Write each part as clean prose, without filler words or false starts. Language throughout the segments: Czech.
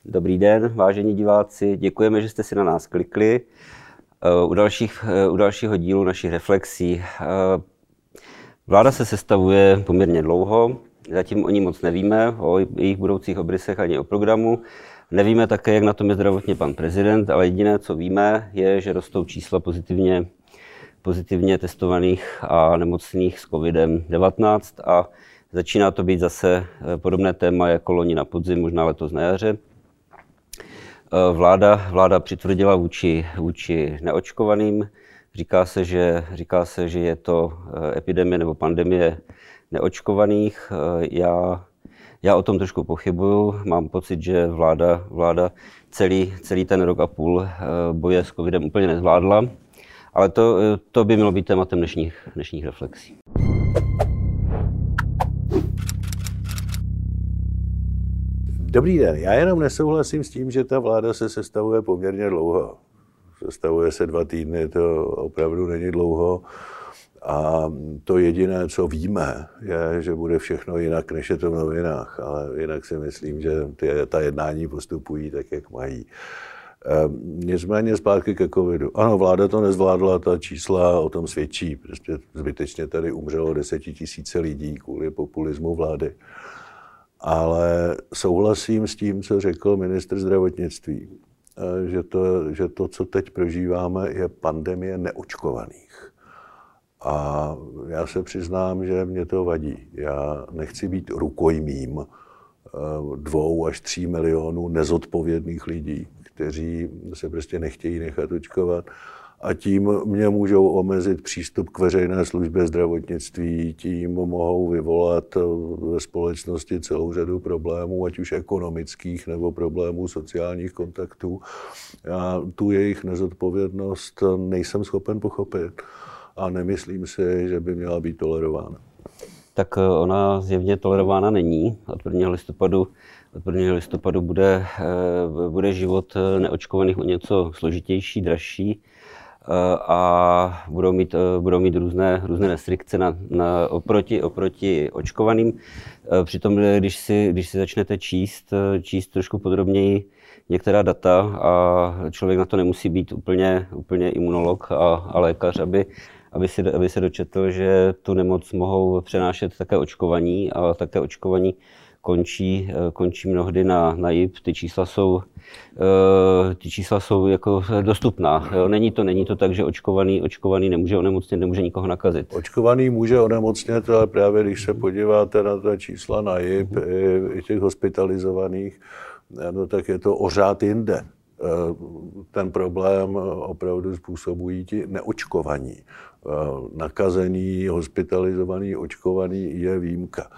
Dobrý den, vážení diváci, děkujeme, že jste si na nás klikli u dalšího dílu našich reflexí. Vláda se sestavuje poměrně dlouho, zatím o ní moc nevíme, o jejich budoucích obrysech ani o programu. Nevíme také, jak na tom je zdravotně pan prezident, ale jediné, co víme, je, že rostou čísla pozitivně testovaných a nemocných s COVID-19 a začíná to být zase podobné téma jako loni na podzim, možná letos na jaře. Vláda přitvrdila vůči neočkovaným. Říká se, že je to epidemie nebo pandemie neočkovaných. Já o tom trošku pochybuju. Mám pocit, že vláda celý ten rok a půl boje s covidem úplně nezvládla. Ale to by mělo být tématem dnešních reflexí. Dobrý den, já jenom nesouhlasím s tím, že ta vláda se sestavuje poměrně dlouho. Sestavuje se 2 týdny, to opravdu není dlouho. A to jediné, co víme, je, že bude všechno jinak, než je to v novinách. Ale jinak si myslím, že ta jednání postupují tak, jak mají. Nicméně zpátky ke covidu. Ano, vláda to nezvládla, ta čísla o tom svědčí. Prostě zbytečně tady umřelo 10 000 lidí kvůli populismu vlády. Ale souhlasím s tím, co řekl ministr zdravotnictví, že to, co teď prožíváme, je pandemie neočkovaných. A já se přiznám, že mě to vadí. Já nechci být rukojmím 2 až 3 milionů nezodpovědných lidí, kteří se prostě nechtějí nechat očkovat. A tím mě můžou omezit přístup k veřejné službě zdravotnictví, tím mohou vyvolat ve společnosti celou řadu problémů, ať už ekonomických nebo problémů sociálních kontaktů. Já tu jejich nezodpovědnost nejsem schopen pochopit a nemyslím si, že by měla být tolerována. Tak ona zjevně tolerována není. Od 1. listopadu bude život neočkovaných o něco složitější, dražší. A budou mít různé restrikce oproti očkovaným. Přitom, když si začnete číst trošku podrobněji některá data a člověk na to nemusí být úplně imunolog a lékař, aby se dočetl, že tu nemoc mohou přenášet také očkovaní a také očkovaní končí mnohdy na JIP. Ty čísla jsou jako dostupná. Jo? Není to tak, že očkovaný nemůže onemocnit, nemůže nikoho nakazit. Očkovaný může onemocnit, ale právě když se podíváte na ta čísla na JIP i těch hospitalizovaných, no tak je to o řád jinde. Ten problém opravdu způsobují ti neočkovaní. Nakazený, hospitalizovaný, očkovaný je výjimka.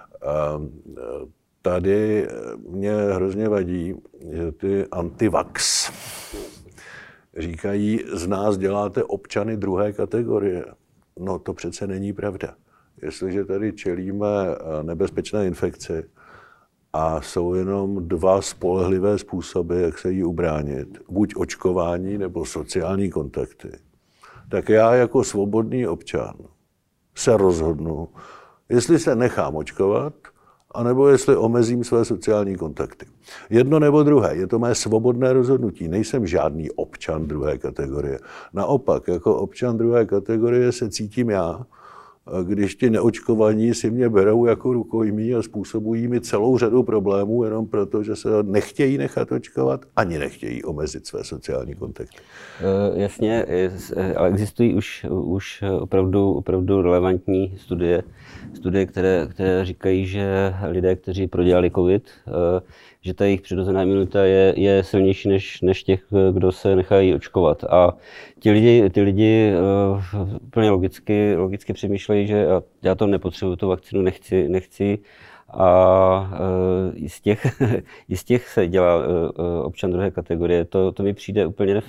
Tady mě hrozně vadí, že ty antivax říkají, z nás děláte občany 2. kategorie. No to přece není pravda. Jestliže tady čelíme nebezpečné infekci a jsou jenom 2 spolehlivé způsoby, jak se jí ubránit, buď očkování nebo sociální kontakty, tak já jako svobodný občan se rozhodnu, jestli se nechám očkovat, anebo jestli omezím své sociální kontakty. Jedno nebo druhé, je to mé svobodné rozhodnutí. Nejsem žádný občan 2. kategorie. Naopak, jako občan 2. kategorie se cítím já, když ti neočkovaní si mě berou jako rukojmí a způsobují mi celou řadu problémů jenom proto, že se nechtějí nechat očkovat, ani nechtějí omezit své sociální kontakty. Jasně, ale existují už opravdu relevantní studie, které říkají, že lidé, kteří prodělali covid, že ta jejich přirozená imunita je silnější než těch, kdo se nechají očkovat. A ty lidi úplně logicky přemýšlejí, že já to nepotřebuji, tu vakcínu nechci. A z těch se dělá občan 2. kategorie. To mi přijde úplně nefér.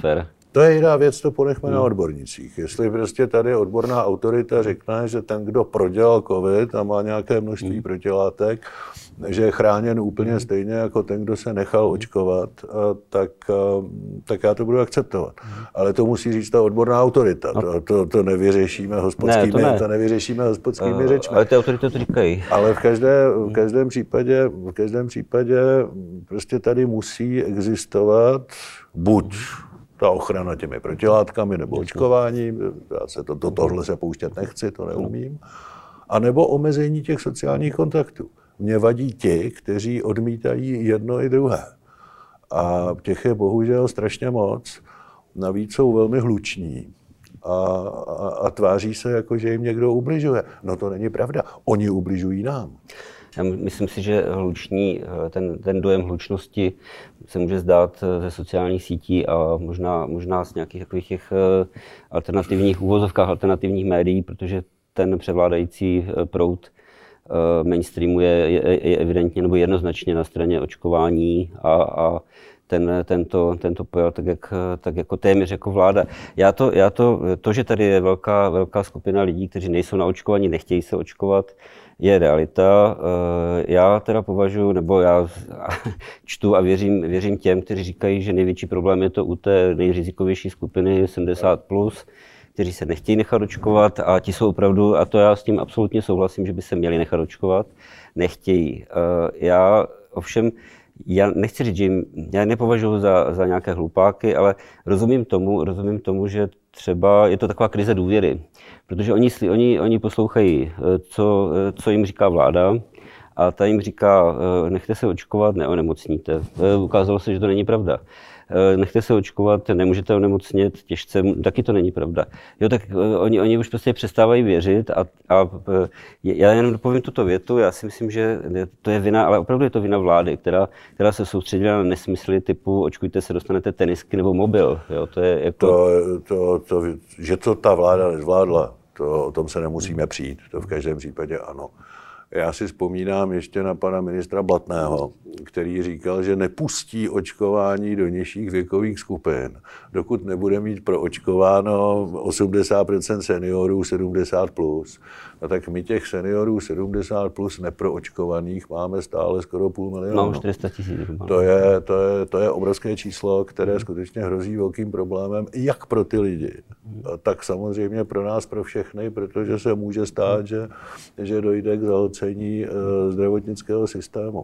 To je jiná věc, to ponechme na odbornicích. Jestli prostě tady odborná autorita řekne, že ten, kdo prodělal covid a má nějaké množství protilátek, že je chráněn úplně stejně jako ten, kdo se nechal očkovat, tak já to budu akceptovat. Ale to musí říct ta odborná autorita. To nevyřešíme hospodskými řečmi. Ale ty autority to říkají. Ale v každém případě prostě tady musí existovat buď ta ochrana těmi protilátkami nebo očkováním, já se tohle se pouštět nechci, to neumím, anebo omezení těch sociálních kontaktů. Mně vadí ti, kteří odmítají jedno i druhé. A těch je bohužel strašně moc, navíc jsou velmi hluční a tváří se, jako že jim někdo ubližuje. No to není pravda, oni ubližují nám. Já myslím si, že ten dojem hlučnosti se může zdát ze sociálních sítí a možná z nějakých takových těch alternativních uvozovkách, alternativních médií, protože ten převládající proud mainstreamu je evidentně nebo jednoznačně na straně očkování a tento pojal tak jako téměř jako vláda. To, že tady je velká skupina lidí, kteří nejsou naočkovaní, nechtějí se očkovat, je realita. Já teda považuji, nebo já čtu a věřím těm, kteří říkají, že největší problém je to u té nejrizikovější skupiny 70+, kteří se nechtějí nechat očkovat a ti jsou opravdu, a to já s tím absolutně souhlasím, že by se měli nechat očkovat, nechtějí. Já nechci říct, že já nepovažuji za nějaké hlupáky, ale rozumím tomu, že třeba je to taková krize důvěry, protože oni poslouchají, co jim říká vláda a ta jim říká, nechte se očkovat, neonemocníte. Ukázalo se, že to není pravda. Nechte se očkovat, nemůžete onemocnit těžce, taky to není pravda. Jo, tak oni už prostě přestávají věřit a já jenom dopovím tuto větu, já si myslím, že to je vina, ale opravdu je to vina vlády, která se soustředila na nesmysly typu očkujte se, dostanete tenisky nebo mobil. Jo, to je jako... Že to ta vláda nezvládla, o tom se nemusíme přijít, to v každém případě ano. Já si vzpomínám ještě na pana ministra Blatného, který říkal, že nepustí očkování do nižších věkových skupin, dokud nebude mít proočkováno 80% seniorů 70+. No tak my těch seniorů 70+ neproočkovaných máme stále skoro 500 000. No, 400 000. To je obrovské číslo, které skutečně hrozí velkým problémem, jak pro ty lidi, tak samozřejmě pro nás, pro všechny, protože se může stát, že dojde k zahlcení zdravotnického systému.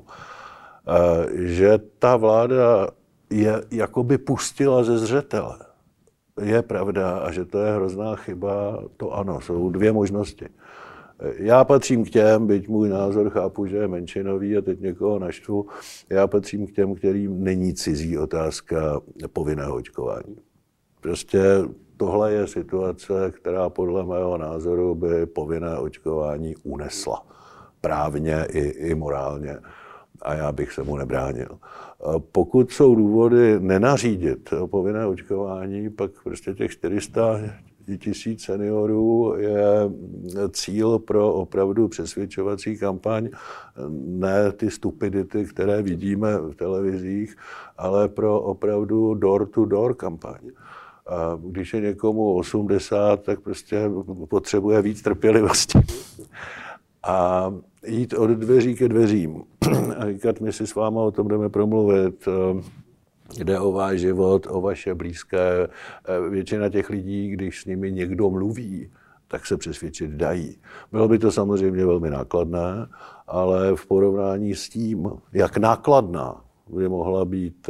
Že ta vláda je jakoby pustila ze zřetele, je pravda, a že to je hrozná chyba, to ano, jsou dvě možnosti. Já patřím k těm, byť můj názor chápu, že je menšinový a teď někoho naštvu, já patřím k těm, kterým není cizí otázka povinného očkování. Prostě tohle je situace, která podle mého názoru by povinné očkování unesla. Právně i morálně. A já bych se mu nebránil. Pokud jsou důvody nenařídit povinné očkování, pak prostě těch 400 000 seniorů je cíl pro opravdu přesvědčovací kampaň, ne ty stupidity, které vidíme v televizích, ale pro opravdu door-to-door kampaň. A když je někomu 80, tak prostě potřebuje víc trpělivosti. A jít od dveří ke dveřím a říkat, my si s váma o tom jdeme promluvit, jde o váš život, o vaše blízké. Většina těch lidí, když s nimi někdo mluví, tak se přesvědčit dají. Bylo by to samozřejmě velmi nákladné, ale v porovnání s tím, jak nákladná by mohla být,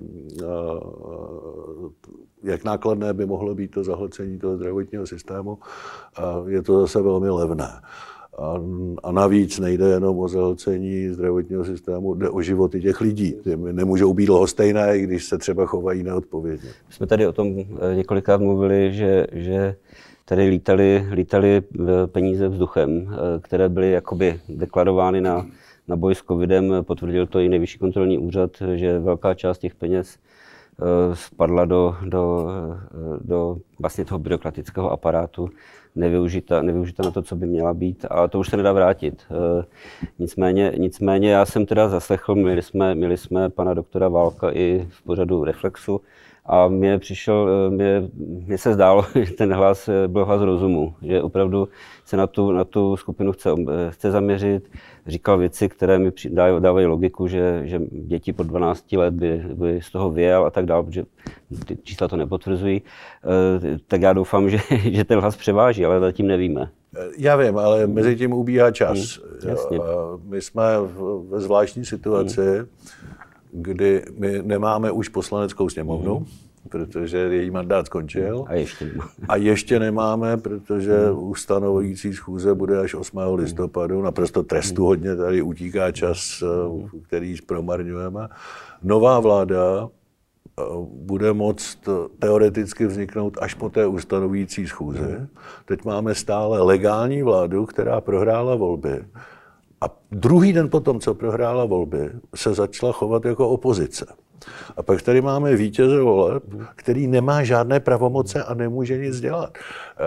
jak nákladné by mohlo být to zahlcení toho zdravotního systému, je to zase velmi levné. A navíc nejde jenom o zahlcení zdravotního systému, jde o životy těch lidí. Ty nemůžou být lhostejné, když se třeba chovají neodpovědně. Jsme tady o tom několikrát mluvili, že tady lítaly peníze vzduchem, které byly jakoby deklarovány na boj s covidem. Potvrdil to i Nejvyšší kontrolní úřad, že velká část těch peněz spadla do vlastně toho byrokratického aparátu, nevyužita na to, co by měla být, a to už se nedá vrátit. Nicméně já jsem teda zaslechl, měli jsme pana doktora Válka i v pořadu Reflexu, A mně se zdálo, že ten hlas byl hlas rozumu, že opravdu se na tu skupinu chce zaměřit. Říkal věci, které mi dávají logiku, že děti pod 12 let by z toho vyjel a tak dále, protože ty čísla to nepotvrzují. Tak já doufám, že ten hlas převáží, ale zatím nevíme. Já vím, ale mezi tím ubíhá čas. My jsme ve zvláštní situaci, kdy my nemáme už poslaneckou sněmovnu, protože její mandát skončil. A ještě nemáme, protože ustanovující schůze bude až 8. listopadu. Naprosto trestuhodně tady utíká čas, který promarňujeme. Nová vláda bude moct teoreticky vzniknout až po té ustanovující schůzi. Teď máme stále legální vládu, která prohrála volby. A druhý den potom, co prohrála volby, se začala chovat jako opozice. A pak tady máme vítěze voleb, který nemá žádné pravomoce a nemůže nic dělat.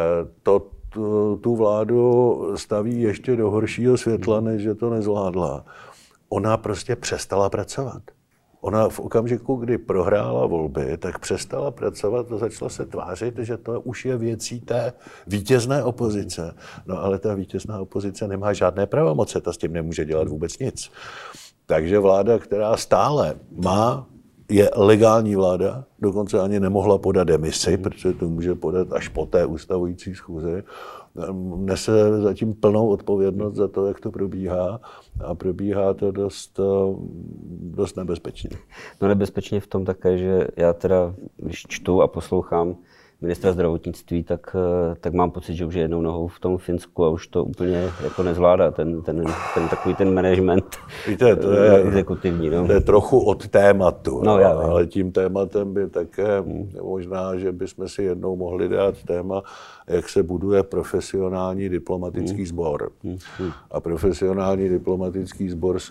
Tu vládu staví ještě do horšího světla, než že to nezvládla. Ona prostě přestala pracovat. Ona v okamžiku, kdy prohrála volby, tak přestala pracovat a začala se tvářit, že to už je věcí té vítězné opozice. No ale ta vítězná opozice nemá žádné pravomoce, ta s tím nemůže dělat vůbec nic. Takže vláda, která stále je legální vláda, dokonce ani nemohla podat demisi, protože to může podat až po té ustavující schůzi, nese zatím plnou odpovědnost za to, jak to probíhá a probíhá to dost nebezpečně. No nebezpečně v tom také, že já teda, když čtu a poslouchám ministra zdravotnictví, tak mám pocit, že už je jednou nohou v tom Finsku a už to úplně jako nezvládá, ten takový ten management. Víte, to je exekutivní. No. To je trochu od tématu, no, ale tím tématem by také možná, že bychom si jednou mohli dát téma, jak se buduje profesionální diplomatický sbor. A profesionální diplomatický sbor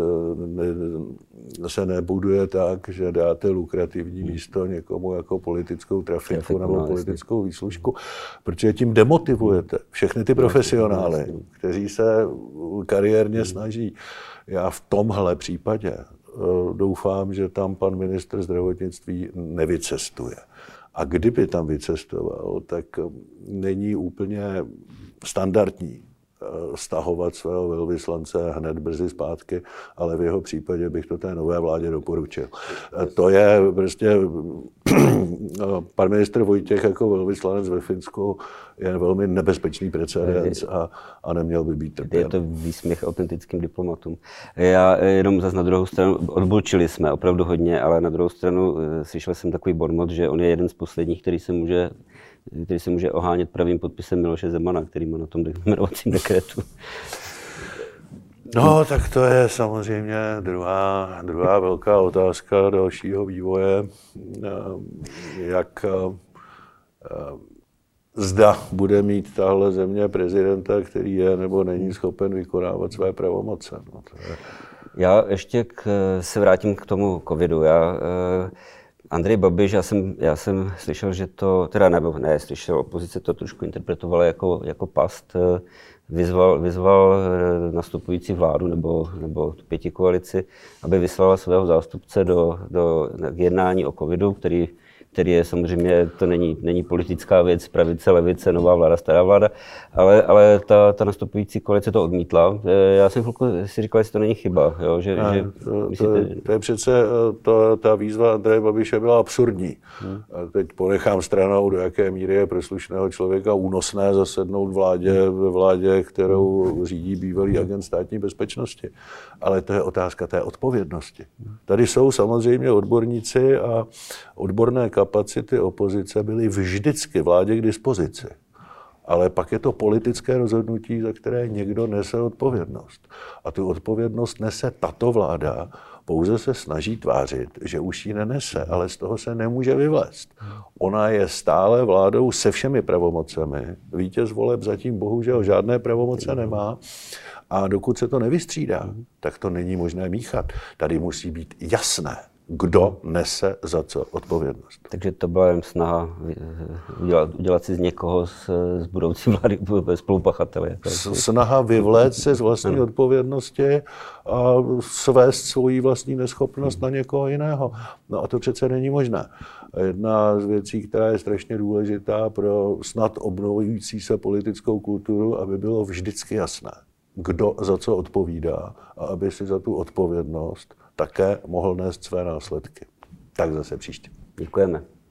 se nebuduje tak, že dáte lukrativní místo někomu jako politickou trafinku nebo politickou výslužku, protože tím demotivujete všechny ty profesionály, kteří se kariérně snaží. Já v tomhle případě doufám, že tam pan ministr zdravotnictví nevycestuje. A kdyby tam vycestoval, tak není úplně standardní stahovat svého velvyslance hned brzy zpátky, ale v jeho případě bych to té nové vládě doporučil. To je prostě, pan ministr Vojtěch jako velvyslanec ve Finsku je velmi nebezpečný precedens a neměl by být trpěn. Je to výsměch autentickým diplomatům. Já jenom zase na druhou stranu, odbočili jsme opravdu hodně, ale na druhou stranu slyšel jsem takový bonmot, že on je jeden z posledních, který se může ohánět pravým podpisem Miloše Zemana, který má na tom jmenovacím dekretu. No, tak to je samozřejmě druhá velká otázka dalšího vývoje, jak zda bude mít tahle země prezidenta, který je nebo není schopen vykonávat své pravomoce. No, Já ještě se vrátím k tomu covidu. Andrej Babiš, já jsem slyšel, že to, slyšel, opozice to trošku interpretovala jako past, vyzval nastupující vládu nebo pětikoalici, aby vyslala svého zástupce do jednání o covidu, který je samozřejmě, to není politická věc, pravice, levice, nová vláda, stará vláda, ale ta nastupující koalice to odmítla. Já jsem chvilku si říkal, jestli to není chyba. Jo? To je přece, ta výzva Andreje Babiše byla absurdní. A teď ponechám stranou, do jaké míry je pro slušného člověka únosné zasednout ve vládě, kterou řídí bývalý agent státní bezpečnosti. Ale to je otázka té odpovědnosti. Tady jsou samozřejmě odborníci a odborné kapacity opozice byly vždycky vládě k dispozici. Ale pak je to politické rozhodnutí, za které někdo nese odpovědnost. A tu odpovědnost nese tato vláda, pouze se snaží tvářit, že už ji nenese, ale z toho se nemůže vyvléct. Ona je stále vládou se všemi pravomocemi. Vítěz voleb zatím bohužel žádné pravomoce nemá. A dokud se to nevystřídá, tak to není možné míchat. Tady musí být jasné kdo nese za co odpovědnost. Takže to byla jen snaha udělat si z někoho z budoucí vlády spolupachatele. Snaha vyvléct se z vlastní odpovědnosti a svést svoji vlastní neschopnost na někoho jiného. No a to přece není možné. Jedna z věcí, která je strašně důležitá pro snad obnovující se politickou kulturu, aby bylo vždycky jasné, kdo za co odpovídá a aby si za tu odpovědnost také mohl nést své následky. Tak zase příště. Děkujeme.